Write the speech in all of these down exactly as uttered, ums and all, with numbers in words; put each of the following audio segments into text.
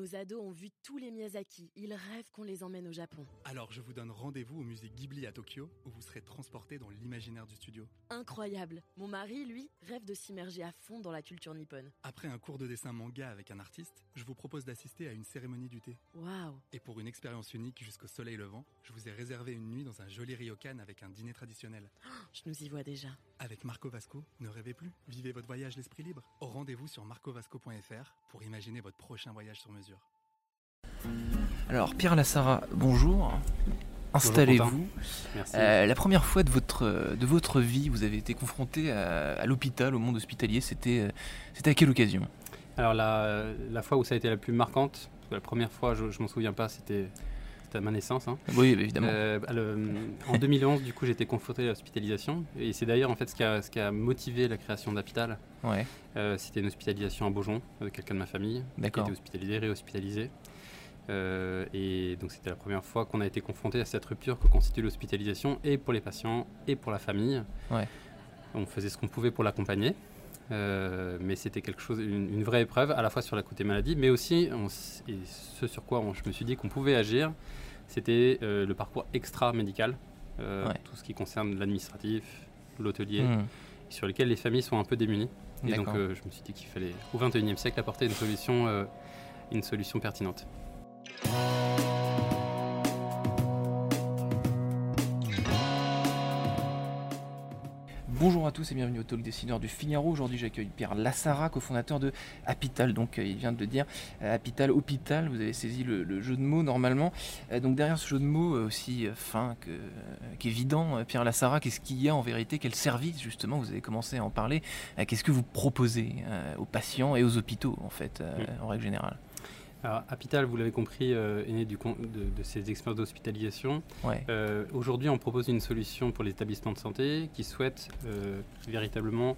Nos ados ont vu tous les Miyazaki. Ils rêvent qu'on les emmène au Japon. Alors je vous donne rendez-vous au musée Ghibli à Tokyo, où vous serez transportés dans l'imaginaire du studio. Incroyable. Mon mari, lui, rêve de s'immerger à fond dans la culture nippone. Après un cours de dessin manga avec un artiste, je vous propose d'assister à une cérémonie du thé. Waouh. Et pour une expérience unique jusqu'au soleil levant, je vous ai réservé une nuit dans un joli ryokan avec un dîner traditionnel. Oh, je nous y vois déjà. Avec Marco Vasco, ne rêvez plus, vivez votre voyage l'esprit libre. Au rendez-vous sur marco vasco point f r pour imaginer votre prochain voyage sur mesure. Alors Pierre Lassara, bonjour. Installez-vous. Merci. Euh, la première fois de votre, de votre vie, vous avez été confronté à, à l'hôpital, au monde hospitalier. C'était, c'était à quelle occasion ? Alors la, la fois où ça a été la plus marquante, parce que la première fois, je ne m'en souviens pas, c'était, c'était à ma naissance. Hein. Oui, évidemment. Euh, le, en deux mille onze, du coup, j'ai été confronté à l'hospitalisation. Et c'est d'ailleurs en fait ce qui a, ce qui a motivé la création d'Apital. Ouais. Euh, c'était une hospitalisation à Beaujon de quelqu'un de ma famille. D'accord. Qui était hospitalisé, réhospitalisé. Euh, et donc c'était la première fois qu'on a été confronté à cette rupture que constitue l'hospitalisation, et pour les patients et pour la famille. Ouais. On faisait ce qu'on pouvait pour l'accompagner, euh, mais c'était quelque chose, une, une vraie épreuve, à la fois sur la côté maladie, mais aussi on, et ce sur quoi on, je me suis dit qu'on pouvait agir, c'était euh, le parcours extra-médical, euh, ouais. Tout ce qui concerne l'administratif, l'hôtelier, mmh. sur lesquels les familles sont un peu démunies. Et D'accord. donc euh, je me suis dit qu'il fallait au vingt et unième siècle apporter une solution, euh, une solution pertinente. Bonjour à tous et bienvenue au Talk Décideur du Figaro. Aujourd'hui, j'accueille Pierre Lassara, cofondateur de Apital. Donc, euh, il vient de le dire, euh, Apital, hôpital. Vous avez saisi le, le jeu de mots normalement. Euh, donc, derrière ce jeu de mots euh, aussi euh, fin que, euh, qu'évident, euh, Pierre Lassara, qu'est-ce qu'il y a en vérité ? Quel service, justement, vous avez commencé à en parler ? euh, Qu'est-ce que vous proposez euh, aux patients et aux hôpitaux, en fait, euh, mmh. en règle générale ? Alors, Apital, vous l'avez compris, euh, est né du con- de, de ces expériences d'hospitalisation. Ouais. Euh, aujourd'hui, on propose une solution pour les établissements de santé qui souhaitent euh, véritablement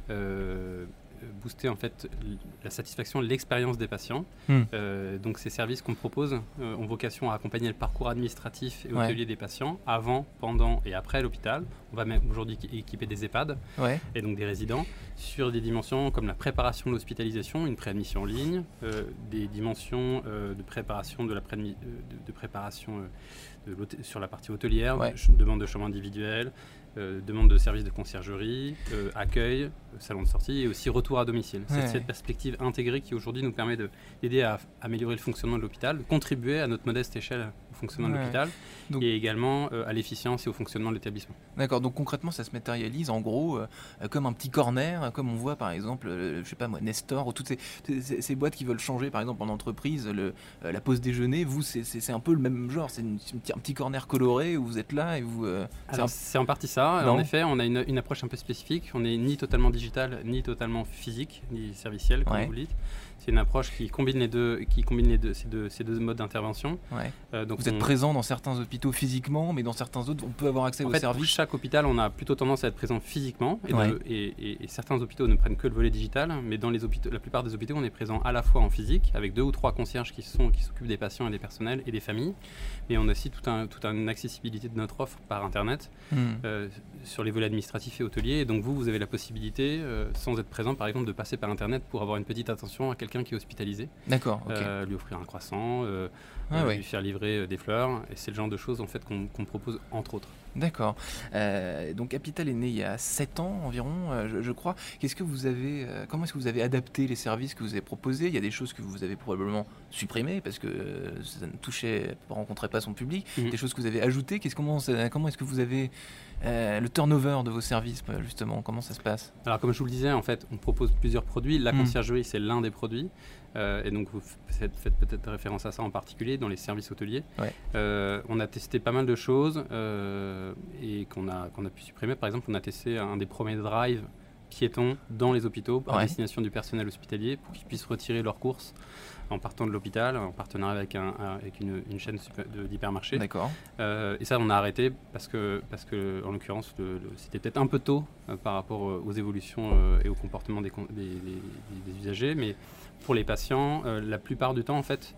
euh, booster en fait la satisfaction, l'expérience des patients. Mmh. Euh, donc, ces services qu'on propose euh, ont vocation à accompagner le parcours administratif et hôtelier ouais. des patients avant, pendant et après l'hôpital. On va même aujourd'hui équiper des EHPAD ouais. et donc des résidents sur des dimensions comme la préparation de l'hospitalisation, une préadmission en ligne, euh, des dimensions euh, de préparation de la pré- de, de préparation euh, de sur la partie hôtelière, ouais. de, demande de chambre individuelle, euh, demande de service de conciergerie, euh, accueil, salon de sortie et aussi retour à domicile. Ouais. C'est cette perspective intégrée qui aujourd'hui nous permet de, d'aider à améliorer le fonctionnement de l'hôpital, de contribuer à notre modeste échelle au fonctionnement ouais. de l'hôpital donc, et également euh, à l'efficience et au fonctionnement de l'établissement. D'accord, donc concrètement ça se matérialise en gros euh, comme un petit corner, comme on voit par exemple, euh, je sais pas moi, Nestor ou toutes ces, ces, ces boîtes qui veulent changer par exemple en entreprise le, euh, la pause déjeuner. Vous c'est, c'est, c'est un peu le même genre, c'est une, une, un petit corner coloré où vous êtes là et vous... Euh, Alors c'est, un... c'est en partie ça, non. En effet on a une, une approche un peu spécifique, on n'est ni totalement digital ni totalement physique, ni serviciel comme ouais. vous le dites. C'est une approche qui combine les deux, qui combine les deux, ces, deux, ces deux modes d'intervention. Ouais. Euh, donc vous on... êtes présent dans certains hôpitaux physiquement, mais dans certains autres, on peut avoir accès en aux fait, services. Pour chaque hôpital, on a plutôt tendance à être présent physiquement, et, ouais. de, et, et, et certains hôpitaux ne prennent que le volet digital, mais dans les hôpitaux, la plupart des hôpitaux, on est présent à la fois en physique, avec deux ou trois concierges qui, sont, qui s'occupent des patients et des personnels et des familles, mais on a aussi toute un, tout une accessibilité de notre offre par Internet, mmh. euh, sur les volets administratifs et hôteliers, et donc vous, vous avez la possibilité, euh, sans être présent par exemple, de passer par Internet pour avoir une petite attention à quelqu'un qui est hospitalisé. D'accord, ok. Euh, lui offrir un croissant, euh, ah, euh, oui. lui faire livrer euh, des fleurs, et c'est le genre de choses en fait qu'on, qu'on propose entre autres. D'accord. Euh, donc Apital est né il y a sept ans environ, euh, je, je crois. Qu'est-ce que vous avez, euh, comment est-ce que vous avez adapté les services que vous avez proposés ? Il y a des choses que vous avez probablement supprimées parce que euh, ça ne touchait, rencontrait pas son public. Mmh. Des choses que vous avez ajoutées. Qu'est-ce, comment, ça, comment est-ce que vous avez euh, le turnover de vos services justement ? Comment ça se passe ? Alors comme je vous le disais, en fait, on propose plusieurs produits. La mmh. conciergerie, c'est l'un des produits. Euh, et donc vous faites, faites peut-être référence à ça en particulier dans les services hôteliers. Ouais. Euh, on a testé pas mal de choses euh, et qu'on a, qu'on a pu supprimer. Par exemple, on a testé un des premiers drives piétons dans les hôpitaux à ouais. destination du personnel hospitalier pour qu'ils puissent retirer leurs courses en partant de l'hôpital, en partenariat avec, un, avec une, une chaîne de, d'hypermarchés. D'accord. Euh, et ça, on a arrêté parce que, parce que en l'occurrence, le, le, c'était peut-être un peu tôt euh, par rapport aux évolutions euh, et au comportement des, des, des, des usagers. Mais pour les patients, euh, la plupart du temps, en fait,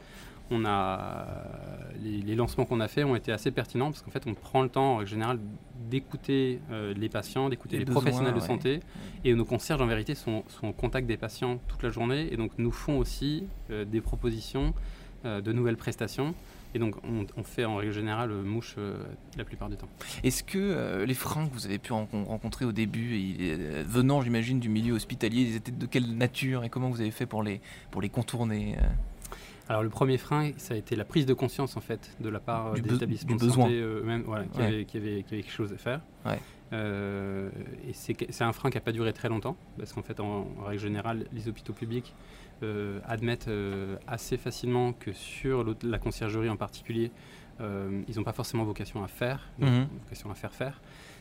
on a, les, les lancements qu'on a faits ont été assez pertinents parce qu'en fait, on prend le temps, en général, d'écouter euh, les patients, d'écouter les, les besoins, professionnels de ouais. santé. Et nos concierges, en vérité, sont, sont en contact des patients toute la journée et donc nous font aussi euh, des propositions euh, de nouvelles prestations. Et donc, on, on fait en règle générale euh, mouche euh, la plupart du temps. Est-ce que euh, les freins que vous avez pu rencontrer au début, et, euh, venant, j'imagine, du milieu hospitalier, ils étaient de quelle nature et comment vous avez fait pour les, pour les contourner euh Alors, le premier frein, ça a été la prise de conscience, en fait, de la part du des be- établissements de besoin. santé eux-mêmes, voilà, qui, ouais. avaient, qui, avaient, qui avaient quelque chose à faire. Ouais. Euh, et c'est, c'est un frein qui n'a pas duré très longtemps, parce qu'en fait, en, en règle générale, les hôpitaux publics euh, admettent euh, assez facilement que sur la conciergerie en particulier, euh, ils n'ont pas forcément vocation à faire, mm-hmm. vocation à faire faire.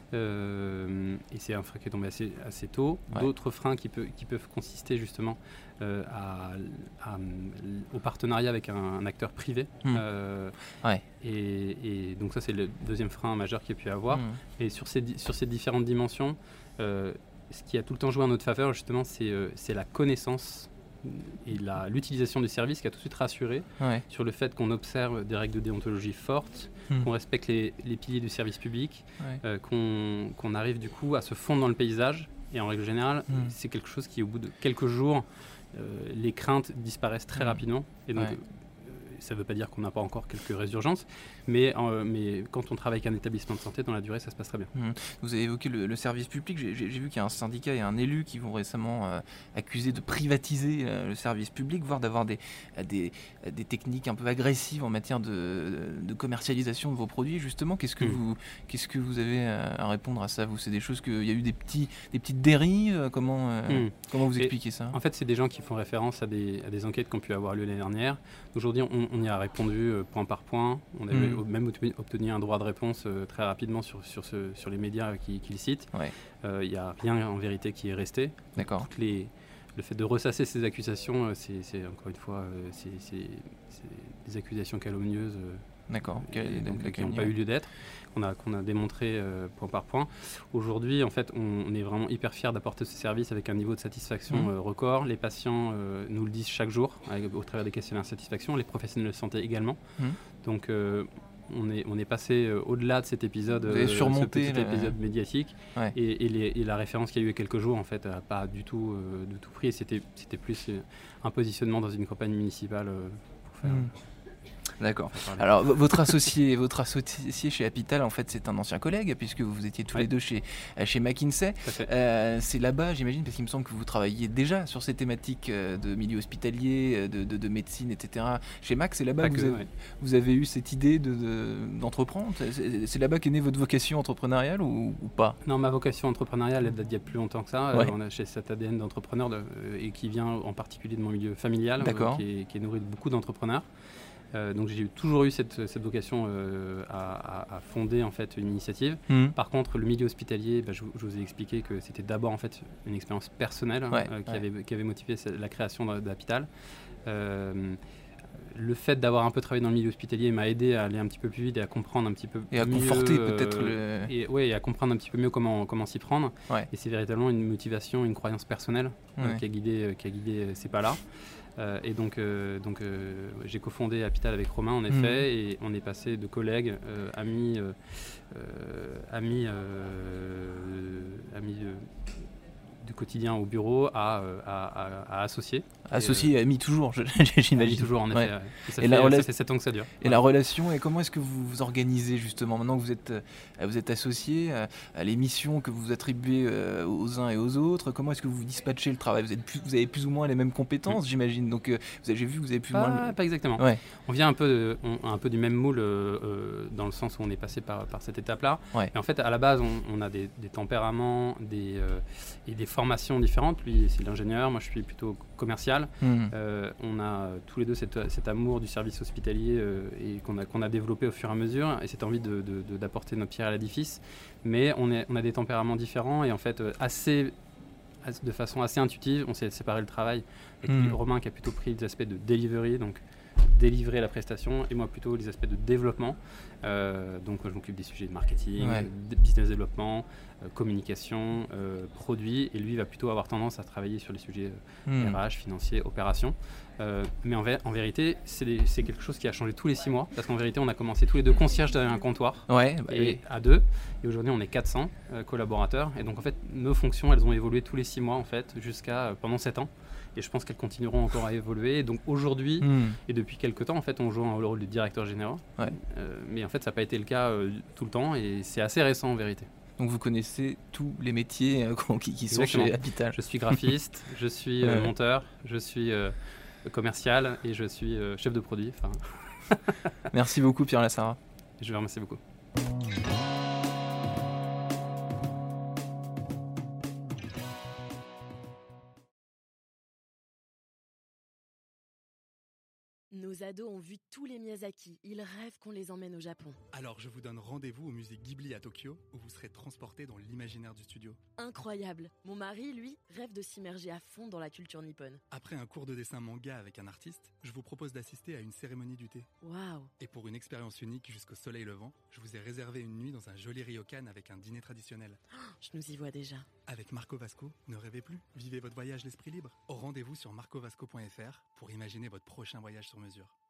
Euh, et c'est un frein qui est tombé assez, assez tôt. Ouais. D'autres freins qui, peut, qui peuvent consister justement euh, à, à, au partenariat avec un, un acteur privé. Mm. Euh, ouais. et, et donc ça, c'est le deuxième frein majeur qu'il y a pu avoir. Mm. Et sur ces, sur ces différentes dimensions, euh, ce qui a tout le temps joué en notre faveur, justement, c'est, euh, c'est la connaissance et la, l'utilisation du service qui a tout de suite rassuré ouais. sur le fait qu'on observe des règles de déontologie fortes, mmh. qu'on respecte les, les piliers du service public, ouais. euh, qu'on, qu'on arrive du coup à se fondre dans le paysage. Et en règle générale, mmh. c'est quelque chose qui, au bout de quelques jours, euh, les craintes disparaissent très mmh. rapidement. Et donc, ouais. ça ne veut pas dire qu'on n'a pas encore quelques résurgences, mais, euh, mais quand on travaille avec un établissement de santé, dans la durée, ça se passe très bien. Mmh. Vous avez évoqué le, le service public. J'ai, j'ai vu qu'il y a un syndicat et un élu qui vont récemment euh, accuser de privatiser euh, le service public, voire d'avoir des, des, des techniques un peu agressives en matière de, de commercialisation de vos produits. Justement, qu'est-ce que, mmh. vous, qu'est-ce que vous avez à répondre à ça? Vous, c'est des choses qu'il y a eu des, petits, des petites dérives. Comment, euh, mmh. comment vous expliquez et, ça? En fait, c'est des gens qui font référence à des, à des enquêtes qui ont pu avoir lieu l'année dernière. Aujourd'hui, on, on y a répondu euh, point par point. On avait mmh. même obtenu un droit de réponse euh, très rapidement sur, sur, ce, sur les médias qui, qui le citent. Il ouais. n'y euh, a rien en vérité qui est resté. D'accord. Toutes les, le fait de ressasser ces accusations, euh, c'est, c'est encore une fois euh, c'est, c'est, c'est des accusations calomnieuses euh, D'accord. Et, donc, qui n'ont pas eu lieu d'être, qu'on a, qu'on a démontré euh, point par point. Aujourd'hui, en fait, on, on est vraiment hyper fiers d'apporter ce service avec un niveau de satisfaction mmh. euh, record. Les patients euh, nous le disent chaque jour, avec, au travers des questionnaires de satisfaction, les professionnels de santé également. Mmh. Donc, euh, on est, on est passé euh, au-delà de cet épisode, euh, ce petit le... épisode médiatique, ouais. et, et, les, et la référence qu'il y a eu il y a quelques jours, en fait, n'a pas du tout, euh, du tout pris. C'était, c'était plus euh, un positionnement dans une campagne municipale euh, pour faire... Mmh. D'accord. Alors, votre associé, votre associé chez Apital, en fait, c'est un ancien collègue, puisque vous étiez tous oui. les deux chez, chez McKinsey. Euh, c'est là-bas, j'imagine, parce qu'il me semble que vous travailliez déjà sur ces thématiques de milieu hospitalier, de, de, de médecine, et cetera. Chez Mac, c'est là-bas Pas que, que vous, avez, ouais. vous avez eu cette idée de, de, d'entreprendre. C'est, c'est là-bas qu'est née votre vocation entrepreneuriale ou, ou pas? Non, ma vocation entrepreneuriale, elle date d'il y a plus longtemps que ça. Ouais. Euh, on a chez cet A D N d'entrepreneur de, euh, et qui vient en particulier de mon milieu familial, euh, qui, est, qui est nourri de beaucoup d'entrepreneurs. Euh, donc j'ai toujours eu cette, cette vocation euh, à, à, à fonder en fait une initiative. Mmh. Par contre, le milieu hospitalier, bah, je, je vous ai expliqué que c'était d'abord en fait une expérience personnelle ouais, euh, qui, ouais. avait, qui avait motivé la création d'Apital. Euh, le fait d'avoir un peu travaillé dans le milieu hospitalier m'a aidé à aller un petit peu plus vite et à comprendre un petit peu et à mieux, conforter euh, peut-être le... et, ouais, et à comprendre un petit peu mieux comment, comment s'y prendre. Ouais. Et c'est véritablement une motivation, une croyance personnelle ouais. euh, qui a guidé, qui a guidé ces pas-là. Euh, et donc, euh, donc euh, j'ai cofondé Apital avec Romain en effet, mmh. et on est passé de collègues, euh, amis, euh, euh, amis, euh, amis euh, du quotidien au bureau à, à, à, à associés. Associés, euh, amis toujours, j'imagine. Amis toujours, en effet. Ouais. Ouais. Et ça, et fait, la rela... ça fait sept ans que ça dure. Et ouais. la relation, et comment est-ce que vous vous organisez justement maintenant que vous êtes, vous êtes associés à, à les missions que vous attribuez aux uns et aux autres? Comment est-ce que vous dispatchez le travail? Vous, êtes plus, vous avez plus ou moins les mêmes compétences, mmh. j'imagine. Donc euh, vous avez, j'ai vu que vous avez plus pas, ou moins... Le... Pas exactement. Ouais. On vient un peu, de, on, un peu du même moule euh, euh, dans le sens où on est passé par, par cette étape-là. Ouais. Et en fait, à la base, on, on a des, des tempéraments des, euh, et des formations différentes. Lui, c'est l'ingénieur, moi je suis plutôt commercial. Mmh. Euh, on a tous les deux cette, cet amour du service hospitalier euh, et qu'on a, qu'on a développé au fur et à mesure, et cette envie de, de, de, d'apporter notre pierre à l'édifice. Mais on, est, on a des tempéraments différents, et en fait, assez, de façon assez intuitive, on s'est séparé le travail avec mmh. Romain qui a plutôt pris des aspects de delivery, donc délivrer la prestation et moi plutôt les aspects de développement. Euh, donc je m'occupe des sujets de marketing, Ouais. de business développement, euh, communication, euh, produits, et lui va plutôt avoir tendance à travailler sur les sujets euh, Hmm. R H, financiers, opérations. Euh, mais en, vé- en vérité, c'est, des- c'est quelque chose qui a changé tous les six mois, parce qu'en vérité, on a commencé tous les deux concierges derrière un comptoir, Ouais, bah, et oui. à deux, et aujourd'hui on est quatre cents euh, collaborateurs, et donc en fait nos fonctions elles ont évolué tous les six mois en fait, jusqu'à euh, pendant sept ans, et je pense qu'elles continueront encore à évoluer, et donc aujourd'hui, Hmm. et depuis quelques temps en fait on joue un- le rôle de directeur général, Ouais. Euh, mais en fait ça n'a pas été le cas euh, tout le temps, et c'est assez récent en vérité. Donc vous connaissez tous les métiers euh, qui, qui sont Exactement. chez Apital. Je suis graphiste, je suis euh, Ouais. monteur, je suis euh, commercial, et je suis euh, chef de produit, enfin Merci beaucoup Pierre Lassara. je vous remercie beaucoup. Nos ados ont vu tous les Miyazaki. Ils rêvent qu'on les emmène au Japon. Alors je vous donne rendez-vous au musée Ghibli à Tokyo, où vous serez transporté dans l'imaginaire du studio. Incroyable. Mon mari, lui, rêve de s'immerger à fond dans la culture nippone. Après un cours de dessin manga avec un artiste, je vous propose d'assister à une cérémonie du thé. Waouh. Et pour une expérience unique jusqu'au soleil levant, je vous ai réservé une nuit dans un joli ryokan avec un dîner traditionnel. Je nous y vois déjà. Avec Marco Vasco, ne rêvez plus, vivez votre voyage l'esprit libre. Au rendez-vous sur marco vasco point f r pour imaginer votre prochain voyage sur mesure.